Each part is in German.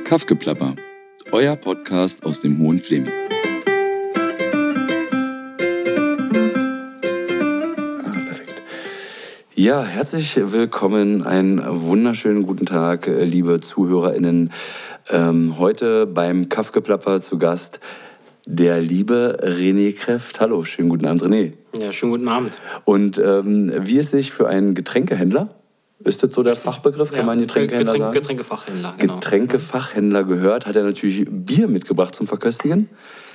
Kaffgeplapper, euer Podcast aus dem Hohen Fleming. Perfekt. Ja, herzlich willkommen, einen wunderschönen guten Tag, liebe ZuhörerInnen. Heute beim Kaffgeplapper zu Gast der liebe René Kreft. Hallo, schönen guten Abend, René. Ja, schönen guten Abend. Und wie es sich für einen Getränkehändler, ist das so der Fachbegriff, kann man Getränkehändler sagen? Getränkefachhändler, genau. Getränkefachhändler gehört, hat er natürlich Bier mitgebracht zum Verköstigen.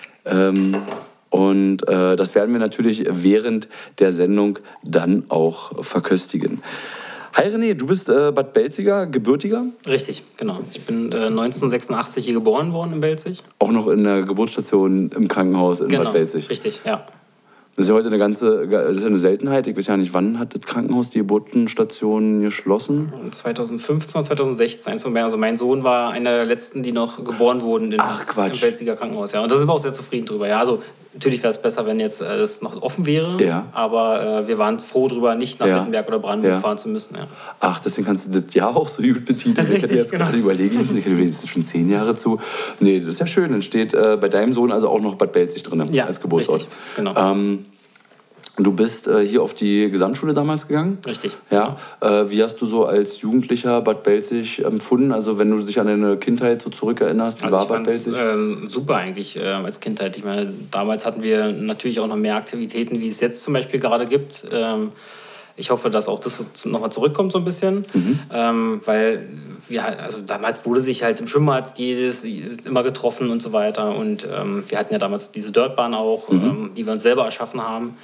Und das werden wir natürlich während der Sendung dann auch verköstigen. Hi René, du bist Bad Belziger, gebürtiger? Richtig, genau. Ich bin 1986 hier geboren worden in Belzig. Auch noch in der Geburtsstation im Krankenhaus in Bad Belzig? Richtig, ja. Das ist ja heute das ist eine Seltenheit. Ich weiß ja nicht, wann hat das Krankenhaus die Geburtenstation geschlossen? 2015 oder 2016. Also mein Sohn war einer der letzten, die noch geboren wurden im Belziger Krankenhaus. Ja. Und da sind wir auch sehr zufrieden drüber. Ja, also natürlich wäre es besser, wenn jetzt das noch offen wäre. Ja. Aber wir waren froh drüber, nicht nach Wittenberg oder Brandenburg fahren zu müssen. Ja. Ach, deswegen kannst du das Jahr auch so gut betiteln. Ich hätte jetzt gerade überlegen müssen, ich hätte jetzt schon 10 Jahre zu. Nee, das ist ja schön. Dann steht bei deinem Sohn also auch noch Bad Belzig drin als Geburtsort. Richtig, genau. Du bist hier auf die Gesamtschule damals gegangen? Richtig. Ja. Wie hast du so als Jugendlicher Bad Belzig empfunden? Also wenn du dich an deine Kindheit so zurückerinnerst, wie war Bad Belzig? Super eigentlich als Kindheit. Ich meine, damals hatten wir natürlich auch noch mehr Aktivitäten, wie es jetzt zum Beispiel gerade gibt. Ich hoffe, dass auch das nochmal zurückkommt so ein bisschen, weil damals wurde sich halt im Schwimmbad immer getroffen und so weiter. Und wir hatten ja damals diese Dirtbahn auch, die wir uns selber erschaffen haben.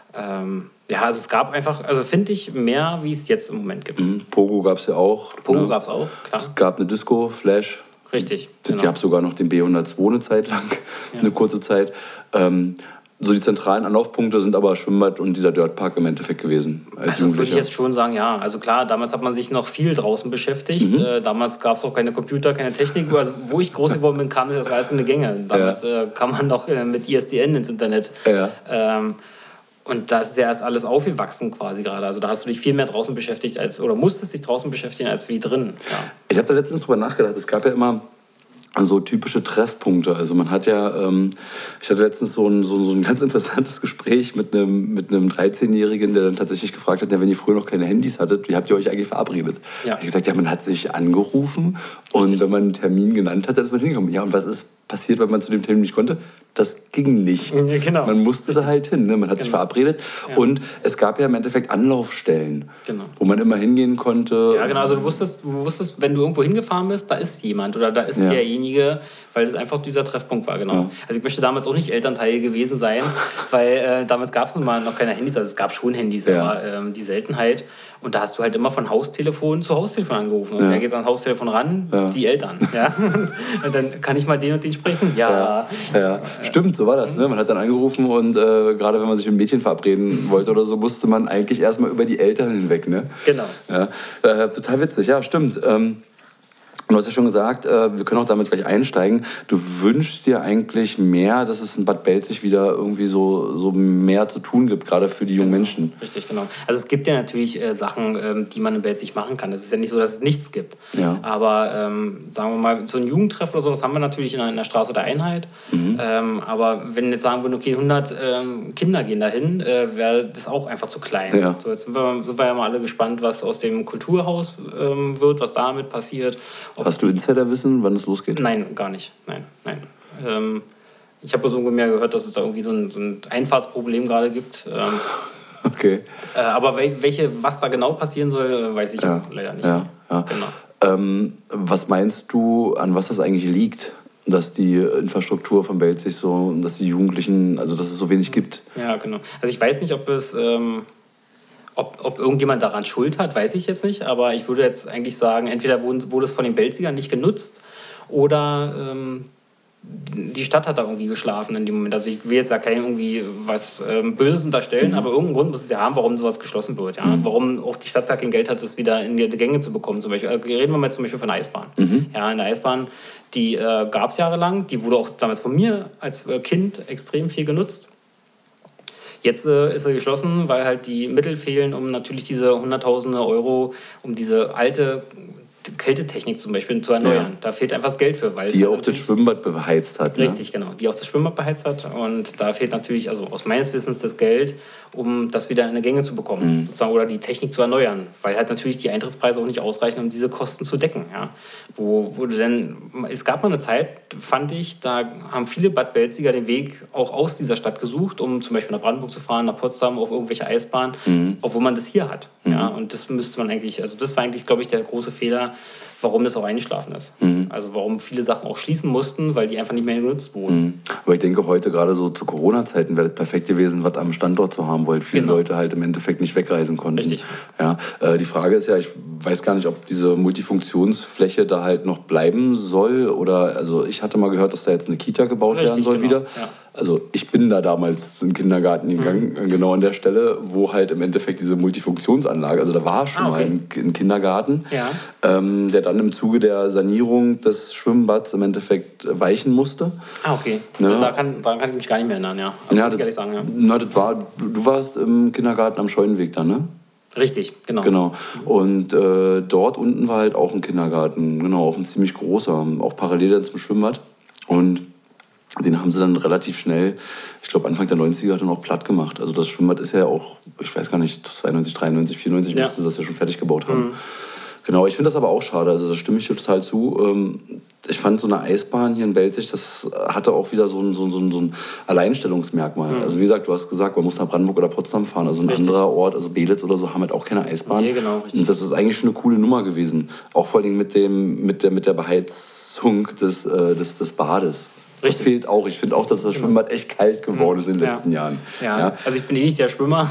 Also es gab einfach, finde ich, mehr, wie es jetzt im Moment gibt. Pogo gab es ja auch. Pogo gab es auch, klar. Es gab eine Disco, Flash. Richtig, genau. Ich habe sogar noch den B102 eine Zeit lang, eine kurze Zeit. So die zentralen Anlaufpunkte sind aber Schwimmbad und dieser Dirtpark im Endeffekt gewesen. Also würde ich jetzt schon sagen, ja. Also klar, damals hat man sich noch viel draußen beschäftigt. Damals gab es auch keine Computer, keine Technik. Also wo ich groß geworden bin, kam das alles in eine Gänge. Damals kam man noch mit ISDN ins Internet. Ja. Und da ist ja erst alles aufgewachsen quasi gerade. Also da hast du dich viel mehr draußen beschäftigt musstest dich draußen beschäftigen als wie drin. Ja. Ich habe da letztens drüber nachgedacht. Es gab ja immer so typische Treffpunkte. Also man hat ja, ich hatte letztens so ein ganz interessantes Gespräch mit einem 13-Jährigen, der dann tatsächlich gefragt hat, ja, wenn ihr früher noch keine Handys hattet, wie habt ihr euch eigentlich verabredet? Ja. Ich gesagt, ja, man hat sich angerufen und wenn man einen Termin genannt hat, dann ist man hingekommen. Ja, und was ist passiert, weil man zu dem Termin nicht konnte? Das ging nicht. Ja, genau. Man musste da halt hin. Ne? Man hat sich verabredet. Ja. Und es gab ja im Endeffekt Anlaufstellen, wo man immer hingehen konnte. Ja, genau. Also du wusstest, wenn du irgendwo hingefahren bist, da ist jemand oder da ist derjenige, weil das einfach dieser Treffpunkt war. Genau. Ja. Also ich möchte damals auch nicht Elternteil gewesen sein, weil damals gab es noch keine Handys. Also es gab schon Handys, aber die Seltenheit. Und da hast du halt immer von Haustelefon zu Haustelefon angerufen. Und wer geht ans Haustelefon ran? Ja. Die Eltern. Ja? Und dann kann ich mal den und den sprechen? Ja. Stimmt, so war das. Ne? Man hat dann angerufen und gerade wenn man sich mit einem Mädchen verabreden wollte oder so, musste man eigentlich erstmal über die Eltern hinweg. Ne? Genau. Ja? Total witzig, ja, stimmt. Du hast ja schon gesagt, wir können auch damit gleich einsteigen. Du wünschst dir eigentlich mehr, dass es in Bad Belzig wieder irgendwie so mehr zu tun gibt, gerade für die jungen Menschen. Richtig, genau. Also es gibt ja natürlich Sachen, die man in Belzig machen kann. Es ist ja nicht so, dass es nichts gibt. Ja. Aber sagen wir mal, so ein Jugendtreff oder so, das haben wir natürlich in der Straße der Einheit. Aber wenn jetzt sagen würden, okay, 100 Kinder gehen dahin, wäre das auch einfach zu klein. Ja. So, jetzt sind wir ja mal alle gespannt, was aus dem Kulturhaus wird, was damit passiert. Hast du Insiderwissen, wann es losgeht? Nein, gar nicht. Nein. Ich habe so ungefähr gehört, dass es da irgendwie so ein Einfahrtsproblem gerade gibt. Okay. Aber was da genau passieren soll, weiß ich leider nicht. Ja. Genau. Was meinst du, an was das eigentlich liegt? Dass die Infrastruktur von Belzig dass die Jugendlichen, also dass es so wenig gibt? Ja, genau. Also ich weiß nicht, ob es... Ob irgendjemand daran Schuld hat, weiß ich jetzt nicht. Aber ich würde jetzt eigentlich sagen, entweder wurde es von den Belzigern nicht genutzt oder die Stadt hat da irgendwie geschlafen in dem Moment. Also ich will jetzt da kein irgendwie was Böses unterstellen, aber irgendeinen Grund muss es ja haben, warum sowas geschlossen wird. Ja? Warum auch die Stadt da kein Geld hat, das wieder in die Gänge zu bekommen. Zum Beispiel. Reden wir mal zum Beispiel von der Eisbahn. Ja, in der Eisbahn, die gab es jahrelang. Die wurde auch damals von mir als Kind extrem viel genutzt. Jetzt ist er geschlossen, weil halt die Mittel fehlen, um natürlich diese Hunderttausende Euro, um diese alte Kältetechnik zum Beispiel zu erneuern. Ja. Da fehlt einfach das Geld für. Weil die auch das Schwimmbad beheizt hat. Richtig, genau. Die auch das Schwimmbad beheizt hat. Und da fehlt natürlich, also aus meines Wissens, das Geld, um das wieder in eine Gänge zu bekommen. Sozusagen, oder die Technik zu erneuern. Weil halt natürlich die Eintrittspreise auch nicht ausreichen, um diese Kosten zu decken. Ja. Wo du denn, es gab mal eine Zeit, fand ich, da haben viele Bad Belziger den Weg auch aus dieser Stadt gesucht, um zum Beispiel nach Brandenburg zu fahren, nach Potsdam, auf irgendwelche Eisbahnen, obwohl man das hier hat. Ja. Und das müsste man eigentlich, also das war eigentlich, glaube ich, der große Fehler, warum das auch eingeschlafen ist. Also warum viele Sachen auch schließen mussten, weil die einfach nicht mehr genutzt wurden. Aber ich denke, heute gerade so zu Corona-Zeiten wäre es perfekt gewesen, was am Standort zu haben, weil viele Leute halt im Endeffekt nicht wegreisen konnten. Richtig. Ja, die Frage ist ja, ich weiß gar nicht, ob diese Multifunktionsfläche da halt noch bleiben soll oder, also ich hatte mal gehört, dass da jetzt eine Kita gebaut werden soll wieder. Ja. Also ich bin da damals in den Kindergarten gegangen, genau an der Stelle, wo halt im Endeffekt diese Multifunktionsanlage, also da war schon mal ein Kindergarten, der dann im Zuge der Sanierung des Schwimmbads im Endeffekt weichen musste. Okay. Ne? Daran kann ich mich gar nicht mehr erinnern, ja. Also muss ich ehrlich sagen, ja. Na, du warst im Kindergarten am Scheunenweg dann, ne? Richtig, genau. Und dort unten war halt auch ein Kindergarten, genau, auch ein ziemlich großer, auch parallel dann zum Schwimmbad. Und den haben sie dann relativ schnell, ich glaube Anfang der 90er, dann auch platt gemacht. Also das Schwimmbad ist ja auch, ich weiß gar nicht, 92, 93, 94 musste das ja schon fertig gebaut haben. Genau, ich finde das aber auch schade, also da stimme ich total zu. Ich fand so eine Eisbahn hier in Belzig, das hatte auch wieder so ein Alleinstellungsmerkmal. Also wie gesagt, du hast gesagt, man muss nach Brandenburg oder Potsdam fahren, also ein anderer Ort, also Belitz oder so, haben halt auch keine Eisbahn. Nee, genau, richtig. Und das ist eigentlich schon eine coole Nummer gewesen. Auch vor allem mit der Beheizung des Bades. Das fehlt auch. Ich finde auch, dass das Schwimmbad echt kalt geworden ist in den letzten Jahren. Ja. Also ich bin nicht der Schwimmer.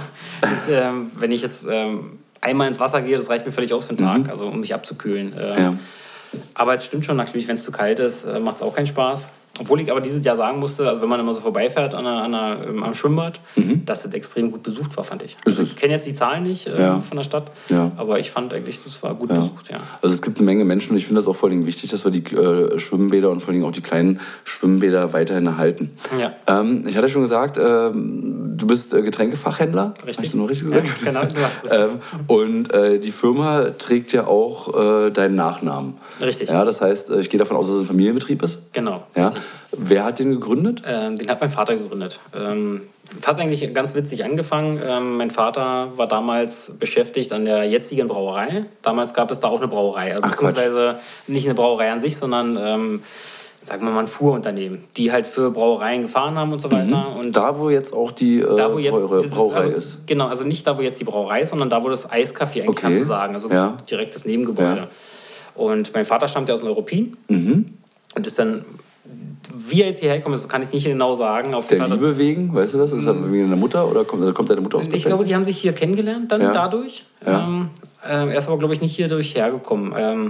Wenn ich jetzt einmal ins Wasser gehe, das reicht mir völlig aus für den Tag, also um mich abzukühlen. Aber es stimmt schon natürlich, wenn es zu kalt ist, macht es auch keinen Spaß. Obwohl ich aber dieses Jahr sagen musste, also wenn man immer so vorbeifährt am Schwimmbad, dass das extrem gut besucht war, fand ich. Also ich kenne jetzt die Zahlen nicht von der Stadt, aber ich fand eigentlich, das war gut besucht. Ja. Also es gibt eine Menge Menschen und ich finde das auch vor allem wichtig, dass wir die Schwimmbäder und vor allem auch die kleinen Schwimmbäder weiterhin erhalten. Ja. Ich hatte schon gesagt, du bist Getränkefachhändler. Richtig. Hast du noch richtig gesagt? Ja, genau, du hast es. Und die Firma trägt ja auch deinen Nachnamen. Richtig. Ja, das heißt, ich gehe davon aus, dass es ein Familienbetrieb ist. Genau, ja. Wer hat den gegründet? Den hat mein Vater gegründet. Das hat eigentlich ganz witzig angefangen. Mein Vater war damals beschäftigt an der jetzigen Brauerei. Damals gab es da auch eine Brauerei. Also beziehungsweise nicht eine Brauerei an sich, sondern sagen wir mal ein Fuhrunternehmen, die halt für Brauereien gefahren haben und so weiter. Und da, wo jetzt auch die Brauerei ist? Genau, also nicht da, wo jetzt die Brauerei ist, sondern da, wo das Eiscafé eigentlich, kannst du sagen. Also direkt das Nebengebäude. Ja. Und mein Vater stammt ja aus Neuruppin und ist dann, wie er jetzt hierher kommt, das kann ich nicht genau sagen. Auf der Liebe wegen, weißt du das? Ist das wegen deiner Mutter oder kommt deine Mutter aus Ich glaube, die haben sich hier kennengelernt dann dadurch. Ja. Er ist aber, glaube ich, nicht hier hergekommen.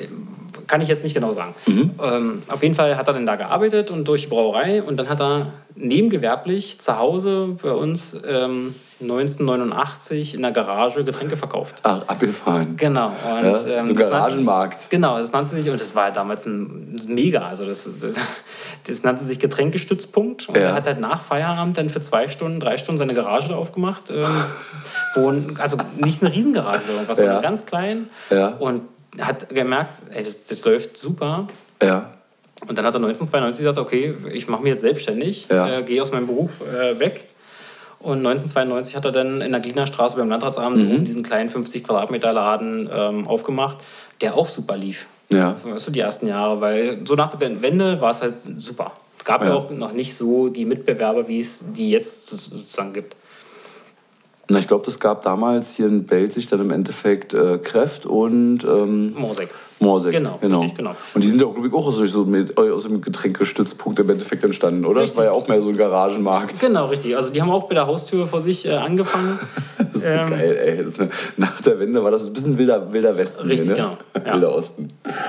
Kann ich jetzt nicht genau sagen. Auf jeden Fall hat er dann da gearbeitet und durch die Brauerei und dann hat er nebengewerblich zu Hause bei uns 1989 in der Garage Getränke verkauft. Ach, abgefahren. Genau. Und, so ein Garagenmarkt. Genau, das nannte sich, und das war damals ein Mega, also das nannte sich Getränkestützpunkt und er hat halt nach Feierabend dann für 2 Stunden, 3 Stunden seine Garage da aufgemacht. Also nicht eine Riesengarage, irgendwas, sondern ganz klein. Ja. Und hat gemerkt, ey, das läuft super. Ja. Und dann hat er 1992 gesagt, okay, ich mache mich jetzt selbstständig, gehe aus meinem Beruf weg. Und 1992 hat er dann in der Gliederstraße beim Landratsamt diesen kleinen 50 Quadratmeter Laden aufgemacht, der auch super lief. Ja. Das die ersten Jahre, weil so nach der Wende war es halt super. Es gab ja auch noch nicht so die Mitbewerber, wie es die jetzt sozusagen gibt. Na, ich glaube, das gab damals hier in Belzig dann im Endeffekt Kräft und Morsek. Genau. Richtig, genau. Und die sind ja, glaube ich, auch aus dem Getränkestützpunkt im Endeffekt entstanden, oder? Richtig. Das war ja auch mehr so ein Garagenmarkt. Genau, richtig. Also die haben auch bei der Haustür vor sich angefangen. Das ist so geil, ey. Nach der Wende war das ein bisschen wilder Westen. Richtig, hier, ne? Genau. Ja. Wilder Osten.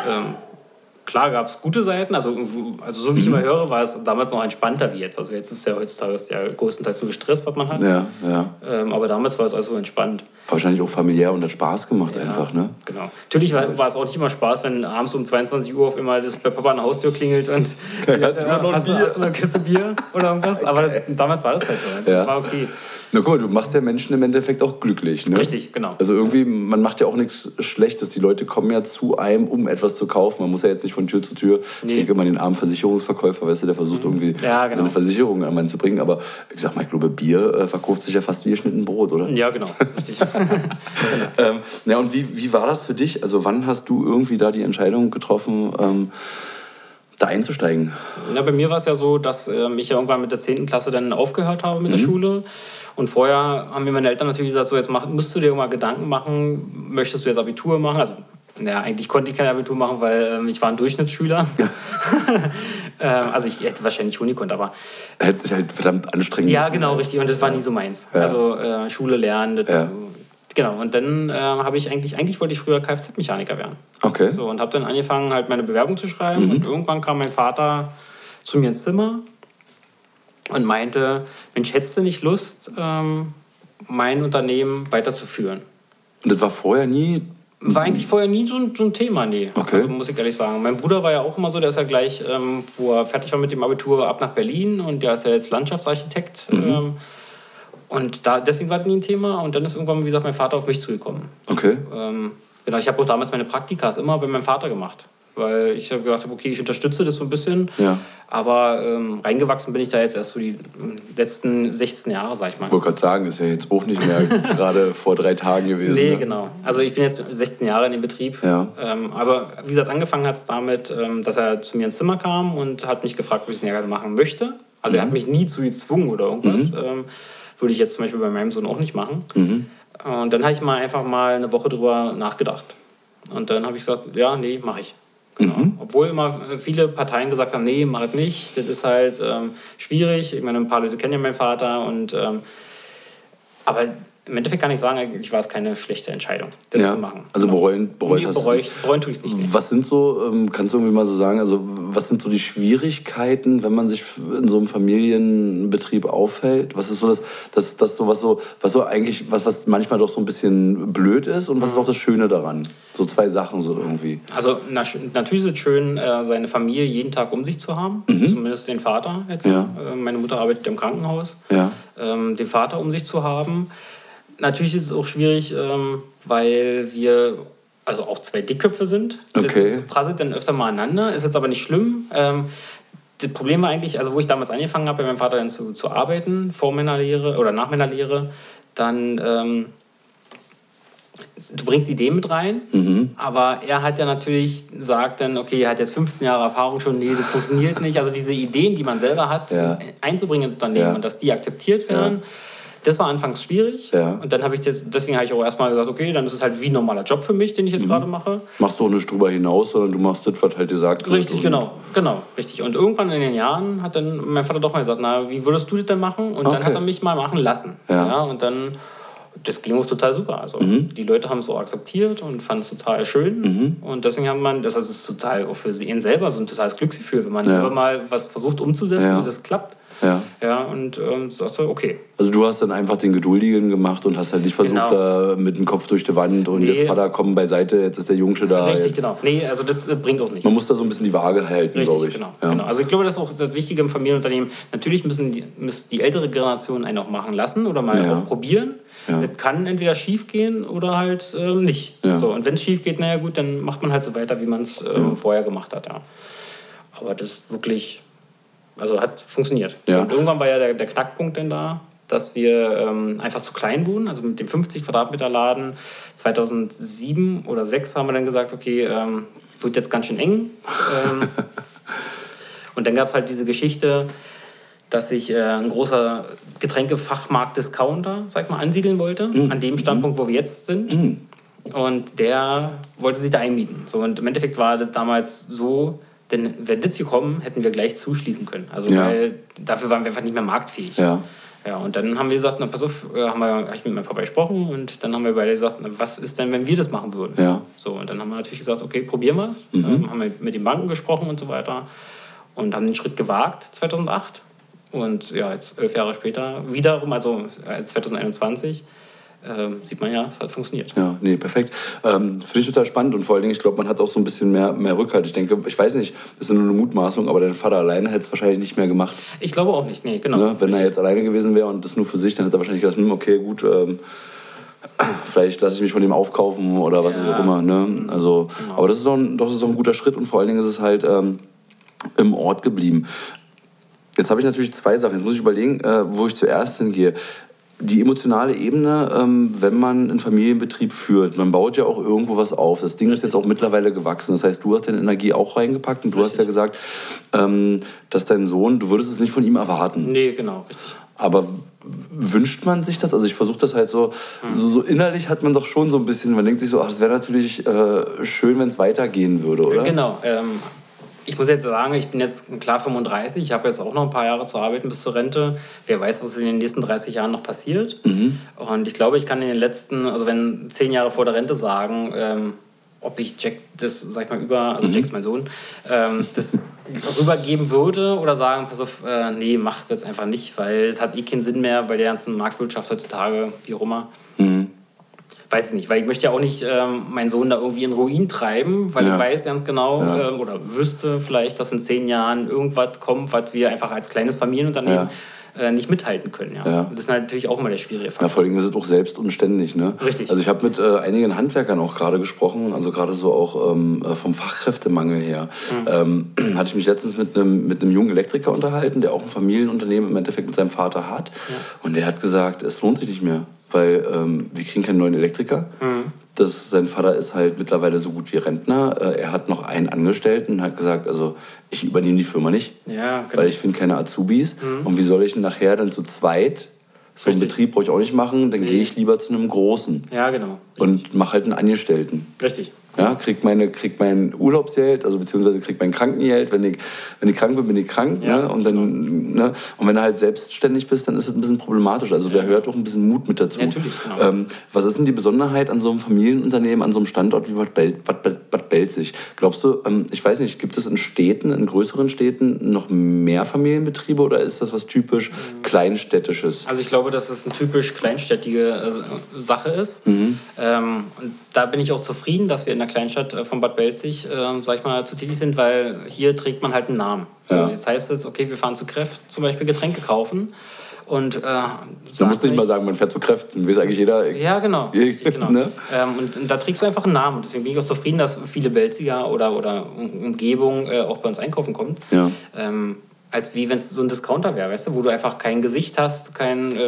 Klar gab es gute Seiten, also so wie ich immer höre, war es damals noch entspannter wie jetzt. Also jetzt ist ja heutzutage größtenteils so gestresst, was man hat. Ja. Aber damals war es also entspannt. Wahrscheinlich auch familiär und hat Spaß gemacht einfach, ne? Genau. Natürlich war es auch nicht immer Spaß, wenn abends um 22 Uhr auf einmal das bei Papa an der Haustür klingelt und hast du eine Kiste Bier oder irgendwas? Aber damals war das halt so. Das war okay. Na guck mal, du machst ja Menschen im Endeffekt auch glücklich, ne? Richtig, genau. Also irgendwie, man macht ja auch nichts Schlechtes. Die Leute kommen ja zu einem, um etwas zu kaufen. Man muss ja jetzt nicht von Tür zu Tür. Nee. Ich denke immer an den armen Versicherungsverkäufer, weißt du, der versucht irgendwie eine Versicherung an einen zu bringen. Aber ich sag mal, ich glaube, Bier verkauft sich ja fast wie geschnitten Brot, oder? Ja, genau. Richtig. Ja, und wie war das für dich? Also wann hast du irgendwie da die Entscheidung getroffen, da einzusteigen? Ja, bei mir war es ja so, dass ich ja irgendwann mit der 10. Klasse dann aufgehört habe mit der Schule. Und vorher haben mir meine Eltern natürlich gesagt, so jetzt musst du dir mal Gedanken machen, möchtest du jetzt Abitur machen? Also, eigentlich konnte ich kein Abitur machen, weil ich war ein Durchschnittsschüler. Also ich hätte wahrscheinlich Uni gekonnt, aber... Hätte sich halt verdammt anstrengend. Ja, genau, richtig. Und das war nie so meins. Ja. Also Schule lernen, das, genau. Und dann habe ich eigentlich wollte ich früher Kfz-Mechaniker werden. Okay. So, und habe dann angefangen, halt meine Bewerbung zu schreiben. Und irgendwann kam mein Vater zu mir ins Zimmer und meinte, Mensch, hättest du nicht Lust, mein Unternehmen weiterzuführen? Und das war vorher nie... War eigentlich vorher nie so ein Thema, nee. Okay. Also muss ich ehrlich sagen. Mein Bruder war ja auch immer so, der ist ja gleich, wo er fertig war mit dem Abitur, ab nach Berlin und der ist ja jetzt Landschaftsarchitekt. Und deswegen war das nie ein Thema. Und dann ist irgendwann, wie gesagt, mein Vater auf mich zugekommen. Okay. Genau, ich habe auch damals meine Praktikas immer bei meinem Vater gemacht. Weil ich habe gedacht, okay, ich unterstütze das so ein bisschen. Ja. Aber reingewachsen bin ich da jetzt erst so die letzten 16 Jahre, sag ich mal. Ich wollte gerade sagen, ist ja jetzt auch nicht mehr gerade vor 3 Tagen gewesen. Nee, ne? Genau. Also ich bin jetzt 16 Jahre in dem Betrieb. Ja. Aber wie gesagt, angefangen hat es damit, dass er zu mir ins Zimmer kam und hat mich gefragt, ob ich es gerne machen möchte. Also er hat mich nie zu gezwungen oder irgendwas. Würde ich jetzt zum Beispiel bei meinem Sohn auch nicht machen. Und dann habe ich einfach mal eine Woche drüber nachgedacht. Und dann habe ich gesagt, ja, nee, mache ich. Genau. Obwohl immer viele Parteien gesagt haben, nee, mach es nicht. Das ist halt schwierig. Ich meine, ein paar Leute kennen ja meinen Vater. Aber im Endeffekt kann ich sagen, eigentlich war es keine schlechte Entscheidung, das zu machen. Also bereuen tue ich es nicht. Nee. Was sind so, kannst du irgendwie mal so sagen, also was sind so die Schwierigkeiten, wenn man sich in so einem Familienbetrieb aufhält? Was ist so was manchmal doch so ein bisschen blöd ist und was ist auch das Schöne daran? So 2 Sachen so irgendwie. Also natürlich ist es schön, seine Familie jeden Tag um sich zu haben, zumindest den Vater jetzt. Ja. Meine Mutter arbeitet im Krankenhaus. Ja. Den Vater um sich zu haben. Natürlich ist es auch schwierig, weil wir also auch 2 Dickköpfe sind. Okay. Das prasselt dann öfter mal aneinander, ist jetzt aber nicht schlimm. Das Problem war eigentlich, also wo ich damals angefangen habe, bei meinem Vater dann zu arbeiten, vor meiner Lehre oder nach meiner Lehre, dann du bringst Ideen mit rein, aber er hat ja natürlich gesagt dann, okay, er hat jetzt 15 Jahre Erfahrung schon, nee, das funktioniert nicht. Also diese Ideen, die man selber hat, einzubringen in Unternehmen und dass die akzeptiert werden, das war anfangs schwierig. Ja. Und dann deswegen habe ich auch erstmal gesagt, okay, dann ist es halt wie ein normaler Job für mich, den ich jetzt gerade mache. Machst du auch nicht drüber hinaus, sondern du machst das, was halt gesagt wird. Richtig, genau, richtig. Und irgendwann in den Jahren hat dann mein Vater doch mal gesagt, na, wie würdest du das denn machen? Und dann hat er mich mal machen lassen. Ja, und dann, das ging uns total super. Also die Leute haben es auch akzeptiert und fanden es total schön. Und deswegen das ist total auch für ihn selber so ein totales Glücksgefühl, wenn man selber mal was versucht umzusetzen und das klappt. Ja, und sagst du, okay. Also du hast dann einfach den Geduldigen gemacht und hast halt nicht versucht, da mit dem Kopf durch die Wand und jetzt Vater, komm beiseite, jetzt ist der Jungsche da. Richtig, jetzt. Genau. Nee, also das bringt auch nichts. Man muss da so ein bisschen die Waage halten, glaube ich. Genau. Also ich glaube, das ist auch das Wichtige im Familienunternehmen. Natürlich muss die ältere Generation einen auch machen lassen oder mal auch probieren. Ja. Das kann entweder schief gehen oder halt nicht. Ja. So, und wenn es schief geht, naja gut, dann macht man halt so weiter, wie man es vorher gemacht hat. Ja. Aber das ist wirklich... Also hat funktioniert. Ja. Und irgendwann war ja der Knackpunkt denn da, dass wir einfach zu klein wurden. Also mit dem 50 Quadratmeter Laden 2007 oder 2006 haben wir dann gesagt, okay, wird jetzt ganz schön eng. Und dann gab es halt diese Geschichte, dass sich ein großer Getränkefachmarkt-Discounter, sag mal, ansiedeln wollte, an dem Standpunkt, wo wir jetzt sind. Und der wollte sich da einmieten. So, und im Endeffekt war das damals so, denn wäre das gekommen, hätten wir gleich zuschließen können. Also weil dafür waren wir einfach nicht mehr marktfähig. Ja, und dann haben wir gesagt, na pass auf, habe ich mit meinem Papa gesprochen und dann haben wir beide gesagt, na, was ist denn, wenn wir das machen würden? Ja. So, und dann haben wir natürlich gesagt, okay, probieren wir es. Haben wir mit den Banken gesprochen und so weiter und haben den Schritt gewagt 2008. Und ja, jetzt 11 Jahre später wiederum, also 2021, sieht man ja, es hat funktioniert. Ja, nee, perfekt. Finde ich total spannend und vor allen Dingen, ich glaube, man hat auch so ein bisschen mehr Rückhalt. Ich denke, ich weiß nicht, das ist nur eine Mutmaßung, aber dein Vater alleine hätte es wahrscheinlich nicht mehr gemacht. Ich glaube auch nicht, nee, genau. Ne? Wenn er jetzt alleine gewesen wäre und das nur für sich, dann hätte er wahrscheinlich gedacht, okay, gut, vielleicht lasse ich mich von dem aufkaufen oder was auch immer. Ne? Also, genau. Aber das ist doch ein guter Schritt und vor allen Dingen ist es halt im Ort geblieben. Jetzt habe ich natürlich zwei Sachen. Jetzt muss ich überlegen, wo ich zuerst hingehe. Die emotionale Ebene, wenn man einen Familienbetrieb führt, man baut ja auch irgendwo was auf. Das Ding ist jetzt auch mittlerweile gewachsen. Das heißt, du hast deine Energie auch reingepackt und du hast ja gesagt, dass dein Sohn, du würdest es nicht von ihm erwarten. Nee, genau, richtig. Aber wünscht man sich das? Also ich versuche das halt so innerlich hat man doch schon so ein bisschen, man denkt sich so, ach, das wäre natürlich schön, wenn es weitergehen würde, oder? Genau, ich muss jetzt sagen, ich bin jetzt klar 35, ich habe jetzt auch noch ein paar Jahre zu arbeiten bis zur Rente. Wer weiß, was in den nächsten 30 Jahren noch passiert. Und ich glaube, ich kann in den letzten, also wenn 10 Jahre vor der Rente sagen, ob ich Jack das, sag ich mal, also Jack ist mein Sohn, das rübergeben würde oder sagen, pass auf, nee, mach das einfach nicht, weil es hat keinen Sinn mehr bei der ganzen Marktwirtschaft heutzutage, wie auch immer. Weiß ich nicht, weil ich möchte ja auch nicht meinen Sohn da irgendwie in Ruin treiben, weil ich weiß ganz genau oder wüsste vielleicht, dass in 10 Jahren irgendwas kommt, was wir einfach als kleines Familienunternehmen nicht mithalten können. Ja. Das ist natürlich auch immer der schwierige Faktor. Ja, vor allem ist es auch selbst und ständig. Ne? Richtig. Also ich habe mit einigen Handwerkern auch gerade gesprochen, also gerade so auch vom Fachkräftemangel her. Hatte ich mich letztens mit einem jungen Elektriker unterhalten, der auch ein Familienunternehmen im Endeffekt mit seinem Vater hat. Ja. Und der hat gesagt, es lohnt sich nicht mehr, weil wir kriegen keinen neuen Elektriker. Sein Vater ist halt mittlerweile so gut wie Rentner. Er hat noch einen Angestellten und hat gesagt, also ich übernehme die Firma nicht, weil ich finde keine Azubis. Und wie soll ich denn nachher dann zu zweit, so einen Betrieb brauche ich auch nicht machen, dann gehe ich lieber zu einem Großen. Ja, genau. Richtig. Und mache halt einen Angestellten. Richtig. Ja, krieg mein Urlaubsgeld, also beziehungsweise krieg mein Krankengeld. Wenn ich krank bin ich krank. Ja, ne? Und dann, ne? Und wenn du halt selbstständig bist, dann ist es ein bisschen problematisch. Also da hört auch ein bisschen Mut mit dazu. Ja, natürlich, genau. Was ist denn die Besonderheit an so einem Familienunternehmen, an so einem Standort wie Bad Belzig? Glaubst du, ich weiß nicht, gibt es in Städten, in größeren Städten noch mehr Familienbetriebe oder ist das was typisch Kleinstädtisches? Also ich glaube, dass es eine typisch kleinstädtige Sache ist. Und da bin ich auch zufrieden, dass wir in der Kleinstadt von Bad Belzig, sag ich mal, zu tätig sind, weil hier trägt man halt einen Namen. So, jetzt heißt es, okay, wir fahren zu Kräft zum Beispiel Getränke kaufen. Und, da musst du nicht mal sagen, man fährt zu Kräft, dann weiß eigentlich jeder. Ja, genau. Genau. Ne? Und da trägst du einfach einen Namen. Und deswegen bin ich auch zufrieden, dass viele Belziger oder Umgebung auch bei uns einkaufen kommt. Ja. Als wie wenn es so ein Discounter wäre, weißt du, wo du einfach kein Gesicht hast,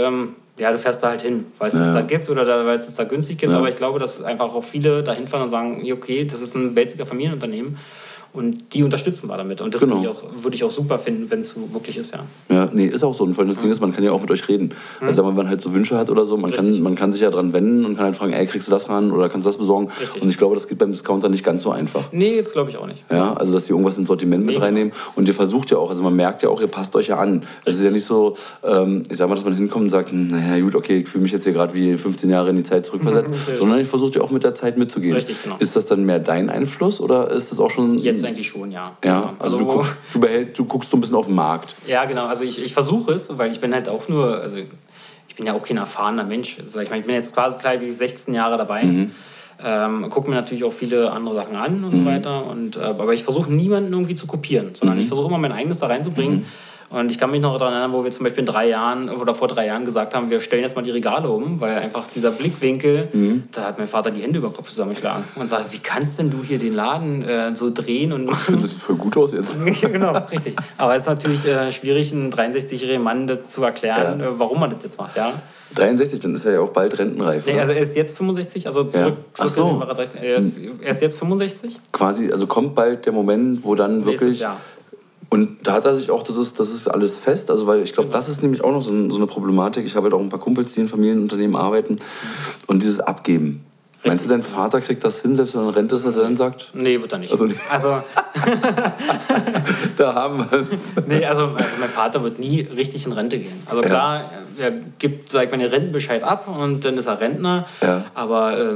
du fährst da halt hin, weil es es da gibt oder weil es da günstig gibt. Ja. Aber ich glaube, dass einfach auch viele da hinfahren und sagen, okay, das ist ein Belziger Familienunternehmen. Und die unterstützen wir damit. Und das würde ich auch super finden, wenn es so wirklich ist, ja. Ja, nee, ist auch so. Und vor allem das Ding ist, man kann ja auch mit euch reden. Also wenn man halt so Wünsche hat oder so, man kann sich ja dran wenden und kann halt fragen, ey, kriegst du das ran oder kannst du das besorgen? Richtig. Und ich glaube, das geht beim Discounter nicht ganz so einfach. Nee, das glaube ich auch nicht. Ja, also dass die irgendwas ins Sortiment mit reinnehmen. Und ihr versucht ja auch, also man merkt ja auch, ihr passt euch ja an. Es ist ja nicht so, ich sag mal, dass man hinkommt und sagt, naja, gut, okay, ich fühle mich jetzt hier gerade wie 15 Jahre in die Zeit zurückversetzt, sondern ich versuche ja auch mit der Zeit mitzugehen. Richtig, genau. Ist das dann mehr dein Einfluss oder ist das auch schon... Jetzt eigentlich schon, ja. Ja, also du guckst so ein bisschen auf den Markt. Ja, genau. Also ich versuche es, weil ich bin halt auch nur, also ich bin ja auch kein erfahrener Mensch. Also ich bin jetzt quasi gleich wie 16 Jahre dabei. Gucke mir natürlich auch viele andere Sachen an und so weiter. Aber ich versuche niemanden irgendwie zu kopieren, sondern ich versuche immer mein eigenes da reinzubringen. Und ich kann mich noch daran erinnern, wo wir zum Beispiel vor 3 Jahren gesagt haben, wir stellen jetzt mal die Regale um, weil einfach dieser Blickwinkel, da hat mein Vater die Hände über den Kopf zusammengeschlagen und sagt, wie kannst denn du hier den Laden so drehen und machen? Das sieht voll gut aus jetzt. Genau, richtig. Aber es ist natürlich schwierig, einem 63-jährigen Mann das zu erklären, warum man das jetzt macht, ja. 63, dann ist er ja auch bald rentenreif. Nee, also er ist jetzt 65, also zurück war er 30, er ist jetzt 65. Quasi, also kommt bald der Moment, wo dann wirklich... Nächstes Jahr. Und da hat er sich auch, das ist alles fest, also weil ich glaube, das ist nämlich auch noch so eine Problematik. Ich habe halt auch ein paar Kumpels, die in Familienunternehmen arbeiten und dieses Abgeben. Richtig. Meinst du, dein Vater kriegt das hin, selbst wenn er in Rente ist, dass er dann sagt? Nee, wird er nicht. Also da haben wir es. Nee, also mein Vater wird nie richtig in Rente gehen. Also klar, er gibt, sag ich mal, den Rentenbescheid ab und dann ist er Rentner. Ja. Aber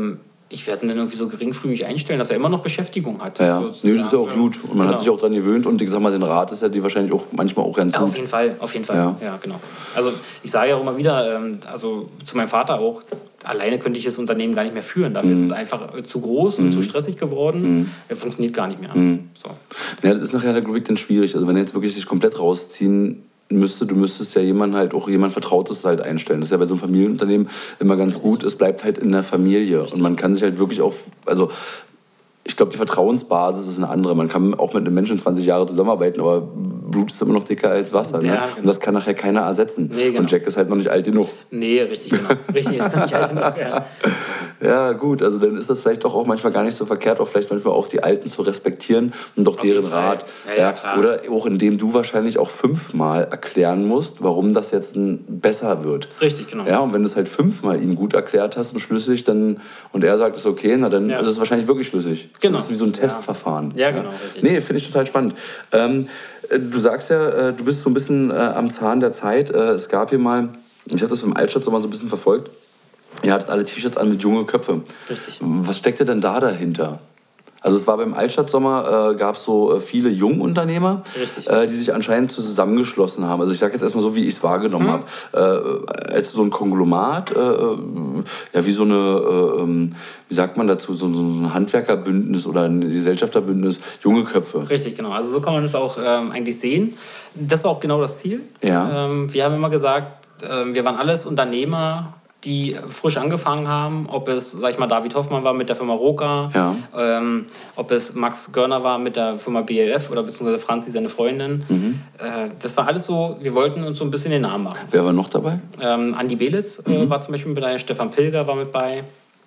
ich werde ihn dann irgendwie so geringfügig einstellen, dass er immer noch Beschäftigung hat. Ja, so, nee, das ist ja auch gut. Und man hat sich auch daran gewöhnt. Und ich sag mal, den Rat ist ja die wahrscheinlich auch manchmal auch ganz gut. Auf jeden Fall. Ja, genau. Also ich sage ja auch immer wieder, also zu meinem Vater auch, alleine könnte ich das Unternehmen gar nicht mehr führen. Dafür ist es einfach zu groß und zu stressig geworden. Er funktioniert gar nicht mehr. So. Ja, das ist nachher der Glück dann schwierig. Also wenn er jetzt wirklich sich komplett rausziehen müsste, du müsstest ja jemand Vertrautes halt einstellen. Das ist ja bei so einem Familienunternehmen immer ganz gut. Es bleibt halt in der Familie. Und man kann sich halt wirklich ich glaube, die Vertrauensbasis ist eine andere. Man kann auch mit einem Menschen 20 Jahre zusammenarbeiten, aber Blut ist immer noch dicker als Wasser. Ne? Ja, genau. Und das kann nachher keiner ersetzen. Nee, genau. Und Jack ist halt noch nicht alt genug. Nee, richtig, genau. Richtig ist noch nicht alt genug. Ja. Ja, gut, also dann ist das vielleicht doch auch manchmal gar nicht so verkehrt, auch vielleicht manchmal auch die Alten zu respektieren und doch deren Rat. Ja, klar. Oder auch indem du wahrscheinlich auch 5-mal erklären musst, warum das jetzt besser wird. Richtig, genau. Ja, und wenn du es halt 5-mal ihm gut erklärt hast und schlüssig, und er sagt, es ist okay, na dann ist es wahrscheinlich wirklich schlüssig. Genau. Das ist wie so ein Testverfahren. Ja, genau, richtig. Nee, finde ich total spannend. Du sagst ja, du bist so ein bisschen am Zahn der Zeit. Es gab hier mal, ich habe das beim Altstadtsommer so ein bisschen verfolgt, ihr hattet alle T-Shirts an mit junge Köpfe. Richtig. Was steckte denn da dahinter? Also es war beim Altstadtsommer, gab es so viele Jungunternehmer, die sich anscheinend zusammengeschlossen haben. Also ich sage jetzt erstmal so, wie ich es wahrgenommen habe. Als so ein Konglomat, wie so eine, wie sagt man dazu, so ein Handwerkerbündnis oder ein Gesellschafterbündnis, junge Köpfe. Richtig, genau. Also so kann man das auch eigentlich sehen. Das war auch genau das Ziel. Ja. Wir haben immer gesagt, wir waren alles Unternehmer, die frisch angefangen haben, ob es, sag ich mal, David Hoffmann war mit der Firma Roka, ob es Max Görner war mit der Firma BLF oder beziehungsweise Franzi, seine Freundin. Das war alles so, wir wollten uns so ein bisschen den Namen machen. Wer war noch dabei? Andi Belitz war zum Beispiel mit dabei, Stefan Pilger war mit bei.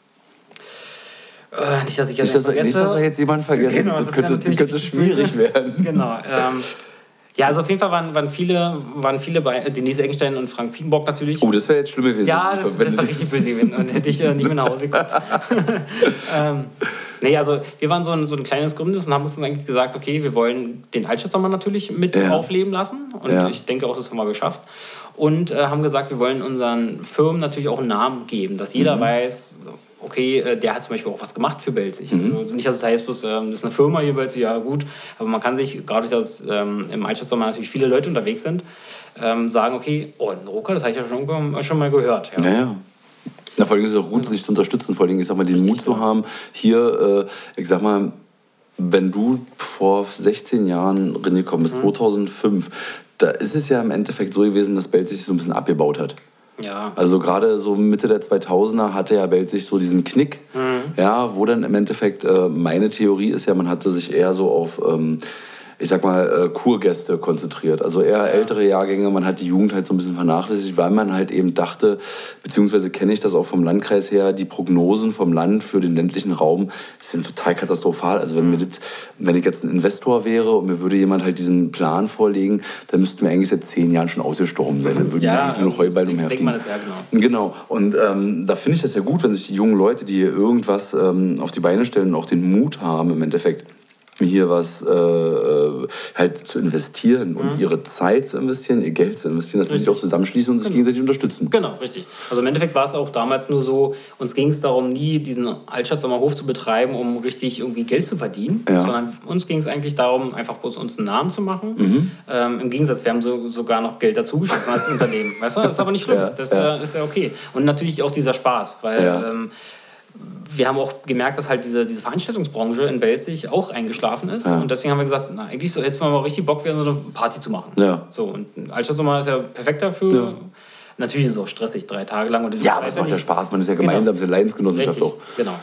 Nicht, dass ich jetzt vergesse. Nicht, dass wir jetzt jemanden vergessen. Genau, das könnte schwierig werden. Genau. Ja, also auf jeden Fall waren viele bei Denise Eckstein und Frank Piekenbock natürlich. Oh, das wäre jetzt schlimm gewesen. Ja, das war richtig böse gewesen und hätte ich nicht mehr nach Hause gekommen. Nee, also wir waren so ein kleines Gründes und haben uns eigentlich gesagt, okay, wir wollen den Altstadtsommer natürlich mit aufleben lassen und ich denke auch, das haben wir geschafft. Und haben gesagt, wir wollen unseren Firmen natürlich auch einen Namen geben, dass jeder weiß, okay, der hat zum Beispiel auch was gemacht für Belzig. Also nicht, dass es heißt, das ist eine Firma hier in Belzig, ja gut, aber man kann sich, gerade dass im Altstadtsommer natürlich viele Leute unterwegs sind, sagen, okay, ein Roka, das habe ich ja schon mal gehört. Ja. Na, vor allem ist es auch gut, sich zu unterstützen, vor allem, ich sag mal, den Mut zu haben, hier, ich sag mal, wenn du vor 16 Jahren reingekommen bist, 2005, da ist es ja im Endeffekt so gewesen, dass Belzig sich so ein bisschen abgebaut hat. Ja. Also gerade so Mitte der 2000er hatte ja Belzig so diesen Knick, wo dann im Endeffekt, meine Theorie ist ja, man hatte sich eher so auf, ich sag mal, Kurgäste konzentriert. Also eher ältere Jahrgänge, man hat die Jugend halt so ein bisschen vernachlässigt, weil man halt eben dachte, beziehungsweise kenne ich das auch vom Landkreis her, die Prognosen vom Land für den ländlichen Raum sind total katastrophal. Also wenn ich jetzt ein Investor wäre und mir würde jemand halt diesen Plan vorlegen, dann müssten wir eigentlich seit 10 Jahren schon ausgestorben sein. Dann würden wir eigentlich nur noch Heuballen umherfliegen. Denkt man das ja, genau. Genau. Und da finde ich das ja gut, wenn sich die jungen Leute, die hier irgendwas auf die Beine stellen und auch den Mut haben, im Endeffekt hier was halt zu investieren und ihre Zeit zu investieren, ihr Geld zu investieren, dass sie sich auch zusammenschließen und sich gegenseitig unterstützen. Genau, richtig. Also im Endeffekt war es auch damals nur so, uns ging es darum, nie diesen Altstadtsommerhof zu betreiben, um richtig irgendwie Geld zu verdienen, sondern uns ging es eigentlich darum, einfach bloß uns einen Namen zu machen. Im Gegensatz, wir haben sogar noch Geld dazu geschossen als Unternehmen. Weißt du? Das ist aber nicht schlimm, das ist ja okay. Und natürlich auch dieser Spaß, weil wir haben auch gemerkt, dass halt diese Veranstaltungsbranche in Belzig auch eingeschlafen ist. Und deswegen haben wir gesagt, eigentlich so, jetzt mal richtig Bock, wieder so eine Party zu machen. Ja. So, und Altstadtsommer ist ja perfekt dafür. Ja. Natürlich ist es auch stressig, 3 Tage lang. Und aber es macht ja Spaß, man ist ja gemeinsam, es ist ja Leidensgenossenschaft auch. Genau.